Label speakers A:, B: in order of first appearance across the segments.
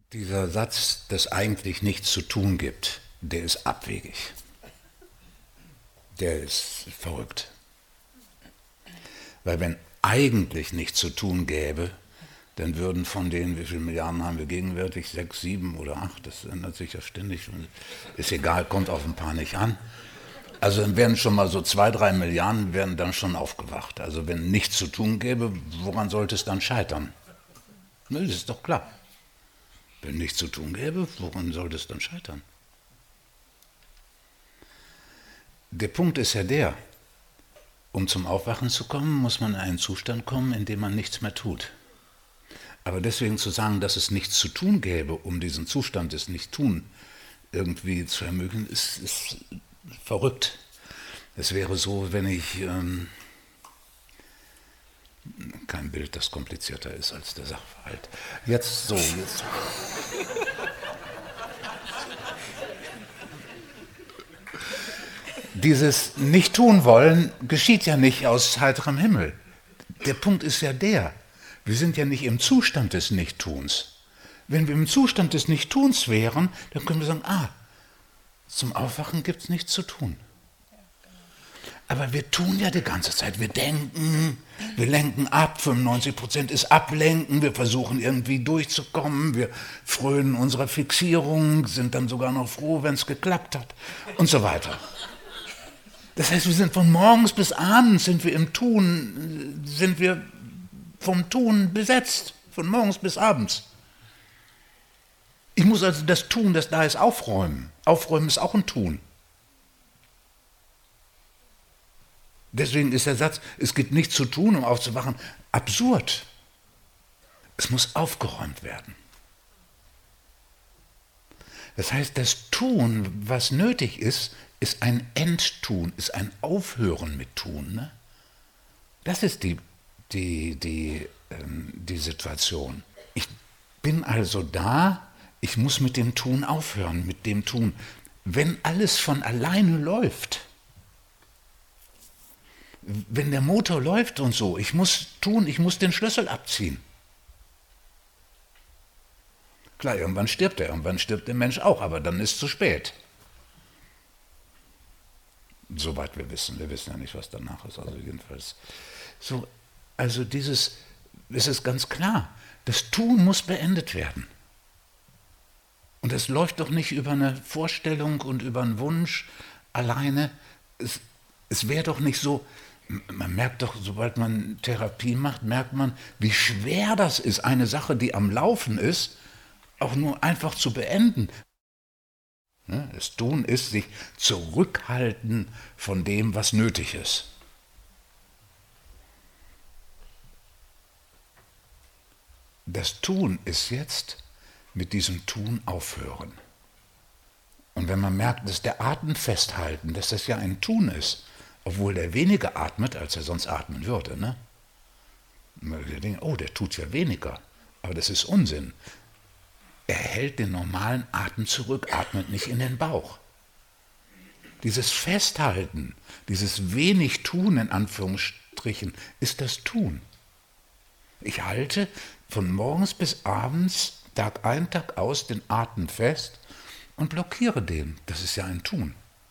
A: Dieser Satz, dass eigentlich nichts zu tun gibt, der ist abwegig. Der ist verrückt. Weil wenn eigentlich nichts zu tun gäbe, dann würden von denen, wie viele Milliarden haben wir gegenwärtig, 6, 7 oder 8, das ändert sich ja ständig, ist egal, kommt auf ein paar nicht an. Also dann wären schon mal so 2, 3 Milliarden wären dann schon aufgewacht. Also wenn nichts zu tun gäbe, woran sollte es dann scheitern? Ne, das ist doch klar. Wenn nichts zu tun gäbe, woran sollte es dann scheitern? Der Punkt ist ja der, um zum Aufwachen zu kommen, muss man in einen Zustand kommen, in dem man nichts mehr tut. Aber deswegen zu sagen, dass es nichts zu tun gäbe, um diesen Zustand des Nichtstun irgendwie zu ermöglichen, ist verrückt. Es wäre so, wenn ich kein Bild, das komplizierter ist als der Sachverhalt. Jetzt. Dieses Nicht-Tun-Wollen geschieht ja nicht aus heiterem Himmel. Der Punkt ist ja der, wir sind ja nicht im Zustand des Nichttuns. Wenn wir im Zustand des Nichttuns wären, dann können wir sagen, zum Aufwachen gibt es nichts zu tun. Aber wir tun ja die ganze Zeit, wir denken, wir lenken ab, 95% ist Ablenken, wir versuchen irgendwie durchzukommen, wir frönen unserer Fixierung, sind dann sogar noch froh, wenn es geklappt hat und so weiter. Das heißt, wir sind von morgens bis abends, sind wir im Tun, sind wir vom Tun besetzt, von morgens bis abends. Ich muss also das Tun, das da ist, aufräumen. Aufräumen ist auch ein Tun. Deswegen ist der Satz, es gibt nichts zu tun, um aufzuwachen, absurd. Es muss aufgeräumt werden. Das heißt, das Tun, was nötig ist ein Enttun, ist ein Aufhören mit Tun. Ne? Das ist die Situation. Ich bin also da, ich muss mit dem Tun aufhören, mit dem Tun. Wenn alles von alleine läuft, wenn der Motor läuft und so, ich muss tun, ich muss den Schlüssel abziehen. Klar, irgendwann stirbt er, irgendwann stirbt der Mensch auch, aber dann ist es zu spät. Soweit wir wissen ja nicht, was danach ist, also jedenfalls. So, also es ist ganz klar, das Tun muss beendet werden. Und es läuft doch nicht über eine Vorstellung und über einen Wunsch alleine. Es wäre doch nicht so, man merkt doch, sobald man Therapie macht, merkt man, wie schwer das ist, eine Sache, die am Laufen ist, auch nur einfach zu beenden. Das Tun ist sich zurückhalten von dem, was nötig ist. Das Tun ist jetzt mit diesem Tun aufhören. Und wenn man merkt, dass der Atem festhalten, dass das ja ein Tun ist, obwohl der weniger atmet, als er sonst atmen würde, ne? Wir denken, oh, der tut ja weniger. Aber das ist Unsinn. Er hält den normalen Atem zurück, atmet nicht in den Bauch. Dieses Festhalten, dieses wenig Tun in Anführungsstrichen, ist das Tun. Ich halte von morgens bis abends, Tag ein, Tag aus, den Atem fest und blockiere den. Das ist ja ein Tun.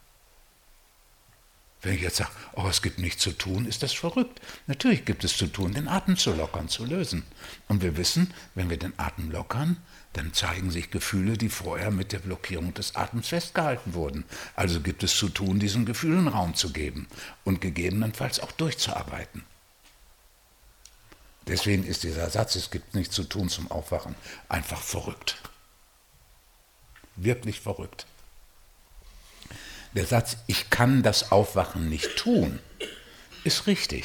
A: Wenn ich jetzt sage, oh, es gibt nichts zu tun, ist das verrückt. Natürlich gibt es zu tun, den Atem zu lockern, zu lösen. Und wir wissen, wenn wir den Atem lockern, dann zeigen sich Gefühle, die vorher mit der Blockierung des Atems festgehalten wurden. Also gibt es zu tun, diesen Gefühlen Raum zu geben und gegebenenfalls auch durchzuarbeiten. Deswegen ist dieser Satz, es gibt nichts zu tun zum Aufwachen, einfach verrückt. Wirklich verrückt. Der Satz, ich kann das Aufwachen nicht tun, ist richtig.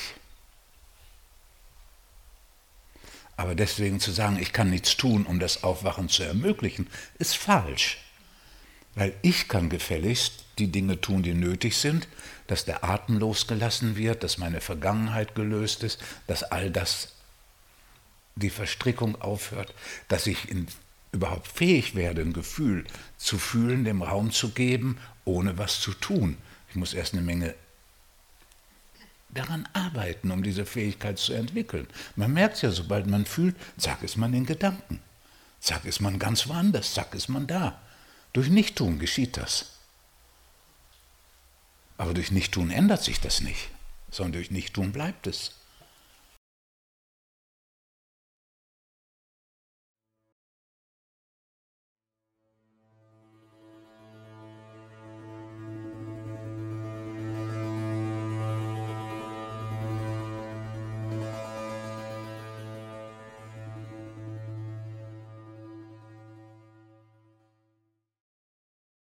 A: Aber deswegen zu sagen, ich kann nichts tun, um das Aufwachen zu ermöglichen, ist falsch. Weil ich kann gefälligst die Dinge tun, die nötig sind, dass der Atem losgelassen wird, dass meine Vergangenheit gelöst ist, dass all das, die Verstrickung aufhört, dass ich überhaupt fähig werde, ein Gefühl zu fühlen, dem Raum zu geben, ohne was zu tun. Ich muss erst eine Menge daran arbeiten, um diese Fähigkeit zu entwickeln. Man merkt es ja, sobald man fühlt, zack, ist man in Gedanken. Zack ist man ganz woanders, zack ist man da. Durch Nichttun geschieht das. Aber durch Nichttun ändert sich das nicht, sondern durch Nichttun bleibt es.